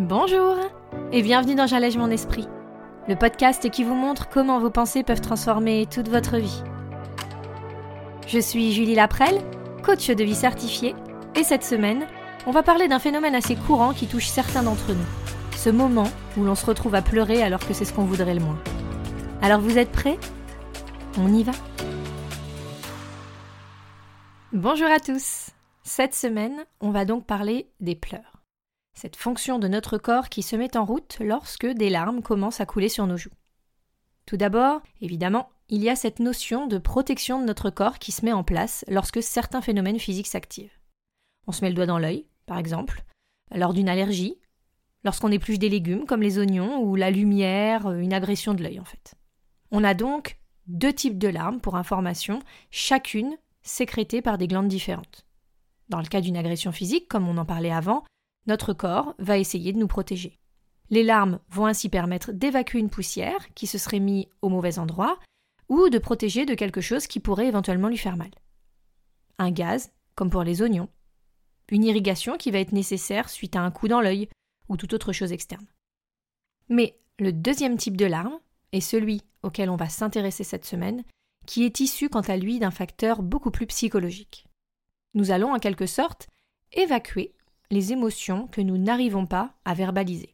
Bonjour et bienvenue dans J'allège mon esprit, le podcast qui vous montre comment vos pensées peuvent transformer toute votre vie. Je suis Julie Laprelle, coach de vie certifiée, et cette semaine, on va parler d'un phénomène assez courant qui touche certains d'entre nous. Ce moment où l'on se retrouve à pleurer alors que c'est ce qu'on voudrait le moins. Alors vous êtes prêts ? On y va ? Bonjour à tous. Cette semaine, on va donc parler des pleurs. Cette fonction de notre corps qui se met en route lorsque des larmes commencent à couler sur nos joues. Tout d'abord, évidemment, il y a cette notion de protection de notre corps qui se met en place lorsque certains phénomènes physiques s'activent. On se met le doigt dans l'œil, par exemple, lors d'une allergie, lorsqu'on épluche des légumes comme les oignons ou la lumière, une agression de l'œil en fait. On a donc 2 types de larmes pour information, chacune sécrétée par des glandes différentes. Dans le cas d'une agression physique, comme on en parlait avant, notre corps va essayer de nous protéger. Les larmes vont ainsi permettre d'évacuer une poussière qui se serait mise au mauvais endroit ou de protéger de quelque chose qui pourrait éventuellement lui faire mal. Un gaz, comme pour les oignons. Une irrigation qui va être nécessaire suite à un coup dans l'œil ou toute autre chose externe. Mais le 2e type de larmes est celui auquel on va s'intéresser cette semaine, qui est issu quant à lui d'un facteur beaucoup plus psychologique. Nous allons en quelque sorte évacuer les émotions que nous n'arrivons pas à verbaliser.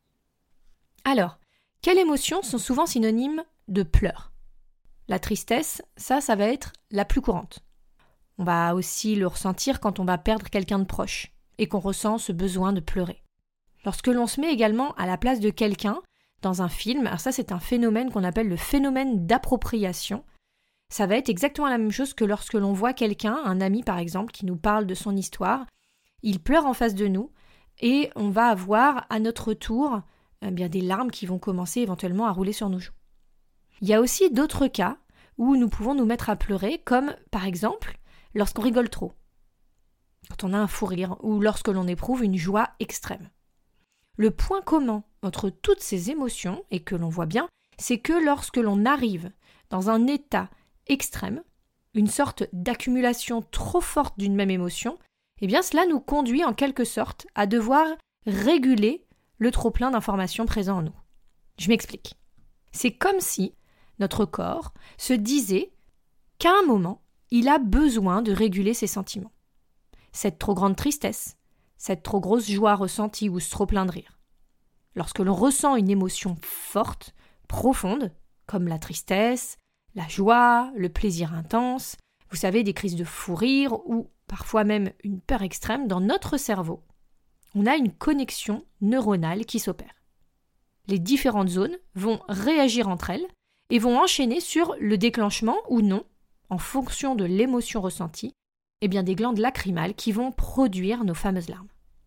Alors, quelles émotions sont souvent synonymes de pleurs ? La tristesse, ça va être la plus courante. On va aussi le ressentir quand on va perdre quelqu'un de proche et qu'on ressent ce besoin de pleurer. Lorsque l'on se met également à la place de quelqu'un dans un film, alors ça c'est un phénomène qu'on appelle le phénomène d'appropriation. Ça va être exactement la même chose que lorsque l'on voit quelqu'un, un ami par exemple, qui nous parle de son histoire. Il pleure en face de nous et on va avoir à notre tour des larmes qui vont commencer éventuellement à rouler sur nos joues. Il y a aussi d'autres cas où nous pouvons nous mettre à pleurer, comme par exemple lorsqu'on rigole trop, quand on a un fou rire ou lorsque l'on éprouve une joie extrême. Le point commun entre toutes ces émotions, et que l'on voit bien, c'est que lorsque l'on arrive dans un état extrême, une sorte d'accumulation trop forte d'une même émotion, eh bien cela nous conduit en quelque sorte à devoir réguler le trop-plein d'informations présent en nous. Je m'explique. C'est comme si notre corps se disait qu'à un moment, il a besoin de réguler ses sentiments. Cette trop grande tristesse, cette trop grosse joie ressentie ou ce trop-plein de rire. Lorsque l'on ressent une émotion forte, profonde, comme la tristesse, la joie, le plaisir intense, vous savez, des crises de fou rire ou parfois même une peur extrême, dans notre cerveau, on a une connexion neuronale qui s'opère. Les différentes zones vont réagir entre elles et vont enchaîner sur le déclenchement ou non, en fonction de l'émotion ressentie, des glandes lacrymales qui vont produire nos fameuses larmes.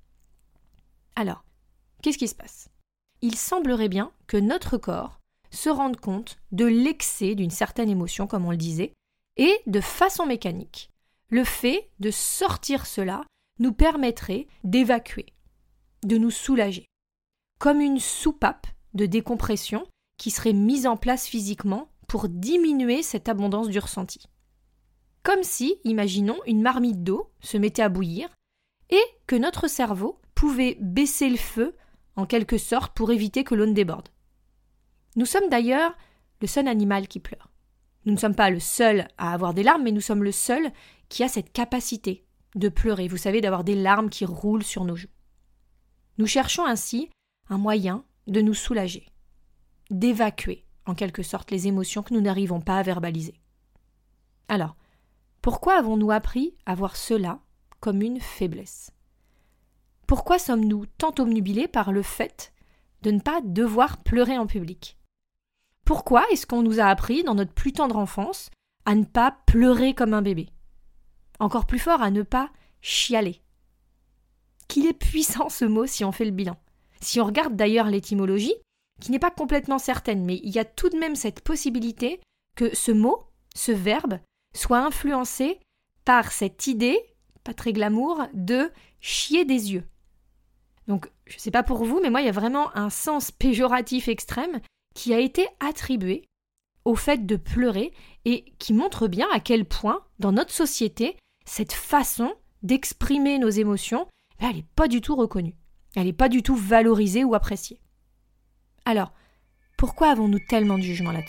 Alors, qu'est-ce qui se passe ? Il semblerait bien que notre corps se rende compte de l'excès d'une certaine émotion, comme on le disait, et de façon mécanique, le fait de sortir cela nous permettrait d'évacuer, de nous soulager, comme une soupape de décompression qui serait mise en place physiquement pour diminuer cette abondance du ressenti. Comme si, imaginons, une marmite d'eau se mettait à bouillir et que notre cerveau pouvait baisser le feu en quelque sorte pour éviter que l'eau ne déborde. Nous sommes d'ailleurs le seul animal qui pleure. Nous ne sommes pas le seul à avoir des larmes, mais nous sommes le seul qui a cette capacité de pleurer, vous savez, d'avoir des larmes qui roulent sur nos joues. Nous cherchons ainsi un moyen de nous soulager, d'évacuer en quelque sorte les émotions que nous n'arrivons pas à verbaliser. Alors, pourquoi avons-nous appris à voir cela comme une faiblesse ? Pourquoi sommes-nous tant obnubilés par le fait de ne pas devoir pleurer en public ? Pourquoi est-ce qu'on nous a appris dans notre plus tendre enfance à ne pas pleurer comme un bébé ? Encore plus fort, à ne pas chialer. Qu'il est puissant ce mot si on fait le bilan. Si on regarde d'ailleurs l'étymologie, qui n'est pas complètement certaine, mais il y a tout de même cette possibilité que ce mot, ce verbe, soit influencé par cette idée, pas très glamour, de chier des yeux. Donc, je ne sais pas pour vous, mais moi, il y a vraiment un sens péjoratif extrême qui a été attribué au fait de pleurer et qui montre bien à quel point, dans notre société, cette façon d'exprimer nos émotions, elle n'est pas du tout reconnue. Elle n'est pas du tout valorisée ou appréciée. Alors, pourquoi avons-nous tellement de jugement là-dessus ?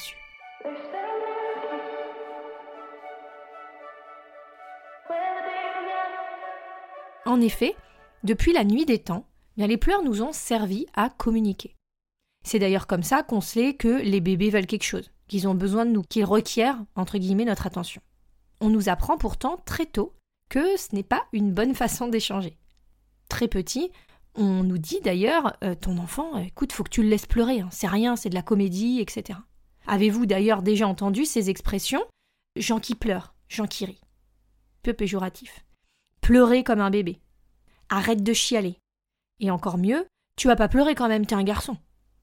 En effet, depuis la nuit des temps, les pleurs nous ont servi à communiquer. C'est d'ailleurs comme ça qu'on sait que les bébés veulent quelque chose, qu'ils ont besoin de nous, qu'ils requièrent, entre guillemets, notre attention. On nous apprend pourtant très tôt que ce n'est pas une bonne façon d'échanger. Très petit, on nous dit d'ailleurs ton enfant, écoute, faut que tu le laisses pleurer, hein, c'est rien, c'est de la comédie, etc. Avez-vous d'ailleurs déjà entendu ces expressions ? Gens qui pleurent, gens qui rient. Peu péjoratif. Pleurer comme un bébé. Arrête de chialer. Et encore mieux, tu vas pas pleurer quand même, t'es un garçon.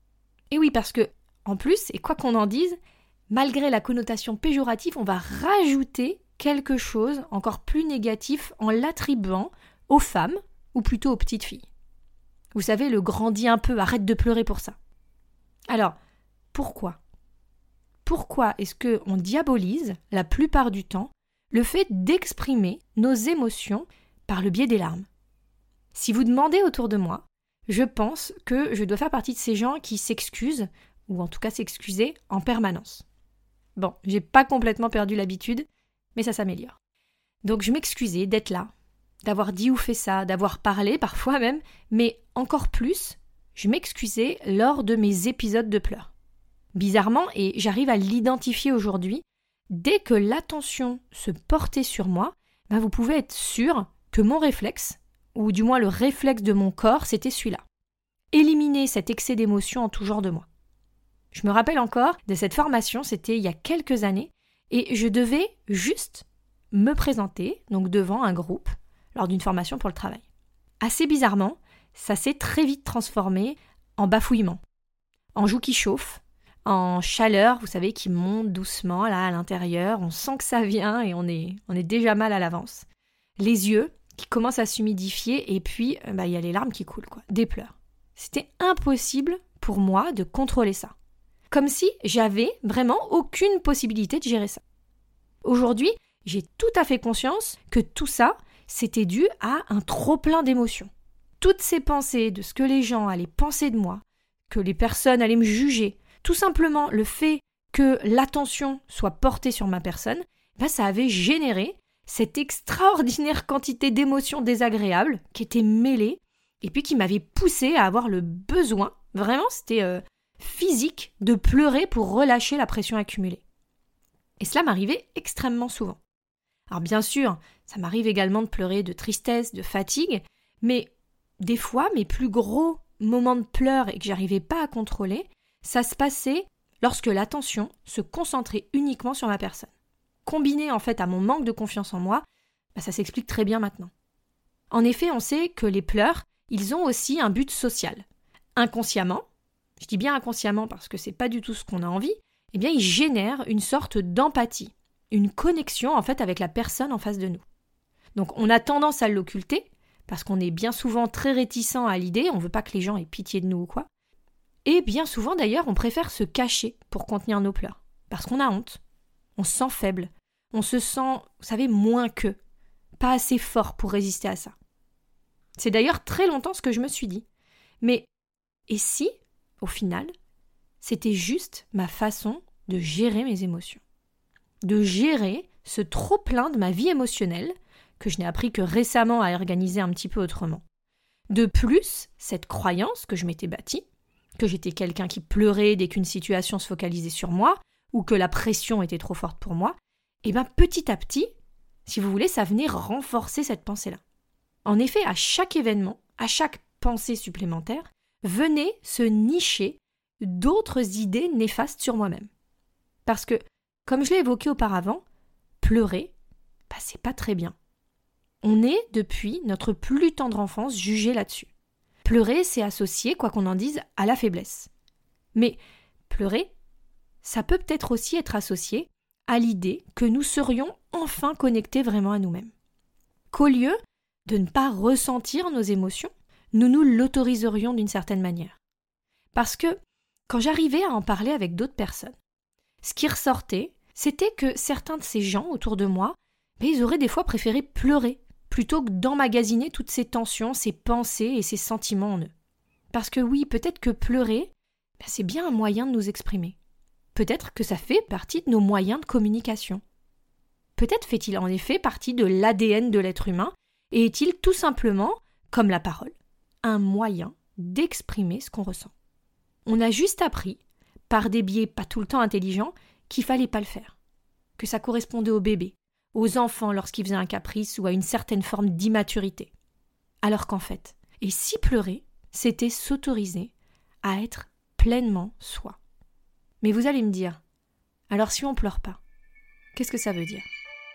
Et oui, parce que, en plus, et quoi qu'on en dise, malgré la connotation péjorative, on va rajouter quelque chose encore plus négatif en l'attribuant aux femmes, ou plutôt aux petites filles. Vous savez, le grandis un peu, arrête de pleurer pour ça. Alors, pourquoi ? Pourquoi est-ce qu'on diabolise, la plupart du temps, le fait d'exprimer nos émotions par le biais des larmes ? Si vous demandez autour de moi, je pense que je dois faire partie de ces gens qui s'excusent, ou en tout cas s'excuser, en permanence. Bon, j'ai pas complètement perdu l'habitude, mais ça s'améliore. Donc je m'excusais d'être là, d'avoir dit ou fait ça, d'avoir parlé parfois même, mais encore plus, je m'excusais lors de mes épisodes de pleurs. Bizarrement, et j'arrive à l'identifier aujourd'hui, dès que l'attention se portait sur moi, vous pouvez être sûr que mon réflexe, ou du moins le réflexe de mon corps, c'était celui-là. Éliminer cet excès d'émotion en tout genre de moi. Je me rappelle encore de cette formation, c'était il y a quelques années, et je devais juste me présenter, donc devant un groupe, lors d'une formation pour le travail. Assez bizarrement, ça s'est très vite transformé en bafouillement, en joue qui chauffe, en chaleur, vous savez, qui monte doucement là à l'intérieur, on sent que ça vient et on est déjà mal à l'avance. Les yeux qui commencent à s'humidifier et puis il y a les larmes qui coulent, des pleurs. C'était impossible pour moi de contrôler ça. Comme si j'avais vraiment aucune possibilité de gérer ça. Aujourd'hui, j'ai tout à fait conscience que tout ça, c'était dû à un trop-plein d'émotions. Toutes ces pensées de ce que les gens allaient penser de moi, que les personnes allaient me juger, tout simplement le fait que l'attention soit portée sur ma personne, ça avait généré cette extraordinaire quantité d'émotions désagréables qui étaient mêlées et puis qui m'avaient poussé à avoir le besoin, vraiment c'était physique, de pleurer pour relâcher la pression accumulée. Et cela m'arrivait extrêmement souvent. Alors bien sûr, ça m'arrive également de pleurer de tristesse, de fatigue, mais des fois, mes plus gros moments de pleurs et que j'arrivais pas à contrôler, ça se passait lorsque l'attention se concentrait uniquement sur ma personne. Combiné en fait à mon manque de confiance en moi, ça s'explique très bien maintenant. En effet, on sait que les pleurs, ils ont aussi un but social. Inconsciemment, je dis bien inconsciemment parce que c'est pas du tout ce qu'on a envie, ils génèrent une sorte d'empathie, une connexion en fait avec la personne en face de nous. Donc on a tendance à l'occulter, parce qu'on est bien souvent très réticent à l'idée, on veut pas que les gens aient pitié de nous ou quoi. Et bien souvent d'ailleurs, on préfère se cacher pour contenir nos pleurs, parce qu'on a honte. On se sent faible, on se sent, vous savez, moins que, pas assez fort pour résister à ça. C'est d'ailleurs très longtemps ce que je me suis dit. Mais, et si, au final, c'était juste ma façon de gérer mes émotions, de gérer ce trop-plein de ma vie émotionnelle, que je n'ai appris que récemment à organiser un petit peu autrement. De plus, cette croyance que je m'étais bâtie, que j'étais quelqu'un qui pleurait dès qu'une situation se focalisait sur moi, ou que la pression était trop forte pour moi, petit à petit, si vous voulez, ça venait renforcer cette pensée-là. En effet, à chaque événement, à chaque pensée supplémentaire, venaient se nicher d'autres idées néfastes sur moi-même. Parce que, comme je l'ai évoqué auparavant, pleurer, c'est pas très bien. On est, depuis notre plus tendre enfance, jugé là-dessus. Pleurer, c'est associé, quoi qu'on en dise, à la faiblesse. Mais pleurer, ça peut peut-être aussi être associé à l'idée que nous serions enfin connectés vraiment à nous-mêmes. Qu'au lieu de ne pas ressentir nos émotions, nous nous l'autoriserions d'une certaine manière. Parce que, quand j'arrivais à en parler avec d'autres personnes, ce qui ressortait, c'était que certains de ces gens autour de moi, ils auraient des fois préféré pleurer plutôt que d'emmagasiner toutes ces tensions, ces pensées et ces sentiments en eux. Parce que oui, peut-être que pleurer, c'est bien un moyen de nous exprimer. Peut-être que ça fait partie de nos moyens de communication. Peut-être fait-il en effet partie de l'ADN de l'être humain et est-il tout simplement, comme la parole, un moyen d'exprimer ce qu'on ressent. On a juste appris, par des biais pas tout le temps intelligents, qu'il fallait pas le faire. Que ça correspondait aux bébés, aux enfants lorsqu'ils faisaient un caprice ou à une certaine forme d'immaturité. Alors qu'en fait, et si pleurer, c'était s'autoriser à être pleinement soi. Mais vous allez me dire, alors si on pleure pas, qu'est-ce que ça veut dire ?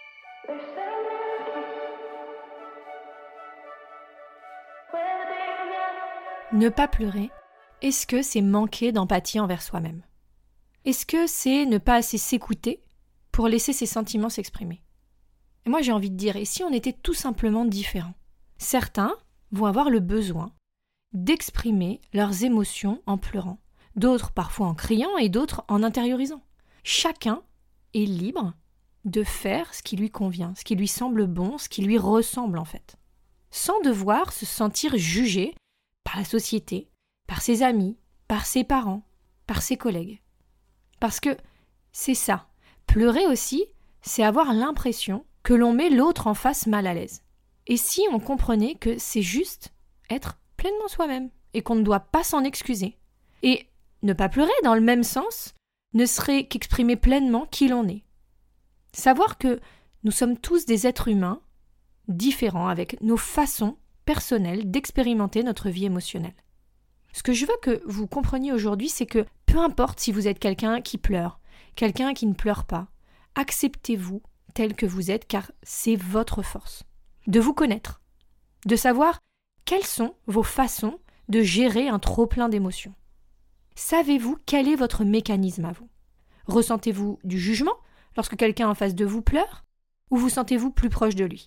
Ne pas pleurer, est-ce que c'est manquer d'empathie envers soi-même ? Est-ce que c'est ne pas assez s'écouter pour laisser ses sentiments s'exprimer ? Et moi j'ai envie de dire, et si on était tout simplement différents ? Certains vont avoir le besoin d'exprimer leurs émotions en pleurant, d'autres parfois en criant et d'autres en intériorisant. Chacun est libre de faire ce qui lui convient, ce qui lui semble bon, ce qui lui ressemble en fait, sans devoir se sentir jugé par la société, par ses amis, par ses parents, par ses collègues. Parce que c'est ça, pleurer aussi, c'est avoir l'impression que l'on met l'autre en face mal à l'aise. Et si on comprenait que c'est juste être pleinement soi-même et qu'on ne doit pas s'en excuser. Et ne pas pleurer dans le même sens ne serait qu'exprimer pleinement qui l'on est. Savoir que nous sommes tous des êtres humains différents avec nos façons personnelles d'expérimenter notre vie émotionnelle. Ce que je veux que vous compreniez aujourd'hui, c'est que peu importe si vous êtes quelqu'un qui pleure, quelqu'un qui ne pleure pas, acceptez-vous tel que vous êtes car c'est votre force. De vous connaître, de savoir quelles sont vos façons de gérer un trop-plein d'émotions. Savez-vous quel est votre mécanisme à vous ? Ressentez-vous du jugement lorsque quelqu'un en face de vous pleure ou vous sentez-vous plus proche de lui ?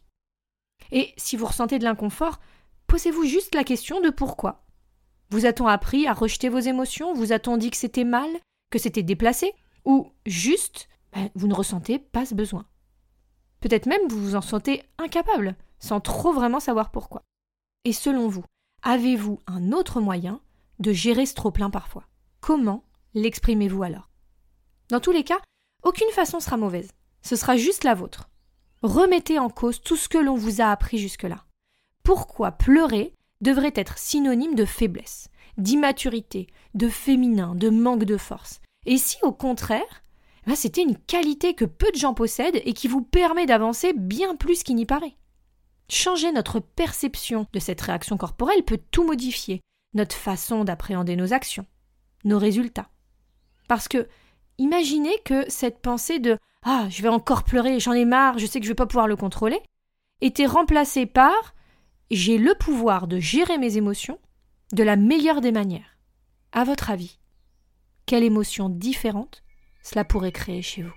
Et si vous ressentez de l'inconfort, posez-vous juste la question de pourquoi. Vous a-t-on appris à rejeter vos émotions ? Vous a-t-on dit que c'était mal, que c'était déplacé ? Ou juste, vous ne ressentez pas ce besoin ? Peut-être même vous vous en sentez incapable, sans trop vraiment savoir pourquoi. Et selon vous, avez-vous un autre moyen de gérer ce trop-plein parfois ? Comment l'exprimez-vous alors ? Dans tous les cas, aucune façon sera mauvaise. Ce sera juste la vôtre. Remettez en cause tout ce que l'on vous a appris jusque-là. Pourquoi pleurer devrait être synonyme de faiblesse, d'immaturité, de féminin, de manque de force ? Et si au contraire, c'était une qualité que peu de gens possèdent et qui vous permet d'avancer bien plus qu'il n'y paraît ? Changer notre perception de cette réaction corporelle peut tout modifier, notre façon d'appréhender nos actions, nos résultats. Parce que, imaginez que cette pensée de « Ah, je vais encore pleurer, j'en ai marre, je sais que je ne vais pas pouvoir le contrôler » était remplacée par « J'ai le pouvoir de gérer mes émotions de la meilleure des manières ». À votre avis, quelle émotion différente cela pourrait créer chez vous ?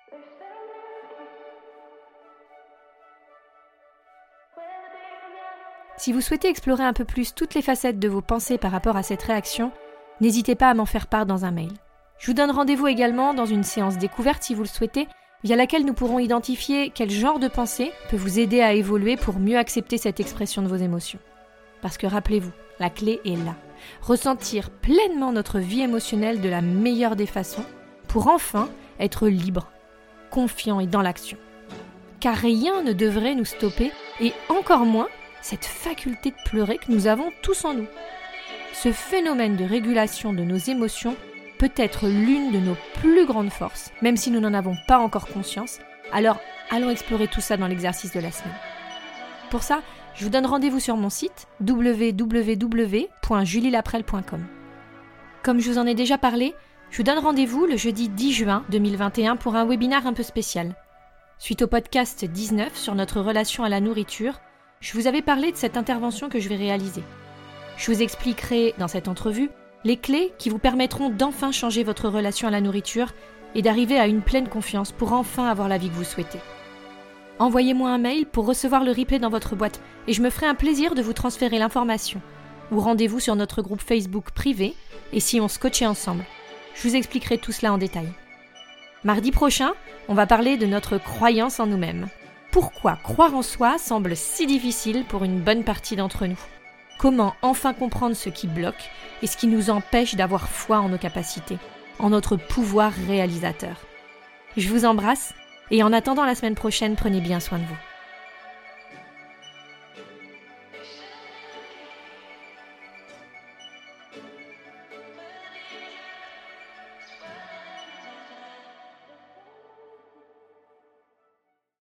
Si vous souhaitez explorer un peu plus toutes les facettes de vos pensées par rapport à cette réaction, n'hésitez pas à m'en faire part dans un mail. Je vous donne rendez-vous également dans une séance découverte si vous le souhaitez, via laquelle nous pourrons identifier quel genre de pensée peut vous aider à évoluer pour mieux accepter cette expression de vos émotions. Parce que rappelez-vous, la clé est là. Ressentir pleinement notre vie émotionnelle de la meilleure des façons pour enfin être libre, confiant et dans l'action. Car rien ne devrait nous stopper et encore moins cette faculté de pleurer que nous avons tous en nous. Ce phénomène de régulation de nos émotions peut être l'une de nos plus grandes forces, même si nous n'en avons pas encore conscience. Alors, allons explorer tout ça dans l'exercice de la semaine. Pour ça, je vous donne rendez-vous sur mon site www.julielaprelle.com. Comme je vous en ai déjà parlé, je vous donne rendez-vous le jeudi 10 juin 2021 pour un webinaire un peu spécial. Suite au podcast 19 sur notre relation à la nourriture, je vous avais parlé de cette intervention que je vais réaliser. Je vous expliquerai dans cette entrevue les clés qui vous permettront d'enfin changer votre relation à la nourriture et d'arriver à une pleine confiance pour enfin avoir la vie que vous souhaitez. Envoyez-moi un mail pour recevoir le replay dans votre boîte et je me ferai un plaisir de vous transférer l'information. Ou rendez-vous sur notre groupe Facebook privé et si on se coachait ensemble. Je vous expliquerai tout cela en détail. Mardi prochain, on va parler de notre croyance en nous-mêmes. pourquoi croire en soi semble si difficile pour une bonne partie d'entre nous. Comment enfin comprendre ce qui bloque et ce qui nous empêche d'avoir foi en nos capacités, en notre pouvoir réalisateur. Je vous embrasse et en attendant la semaine prochaine, prenez bien soin de vous.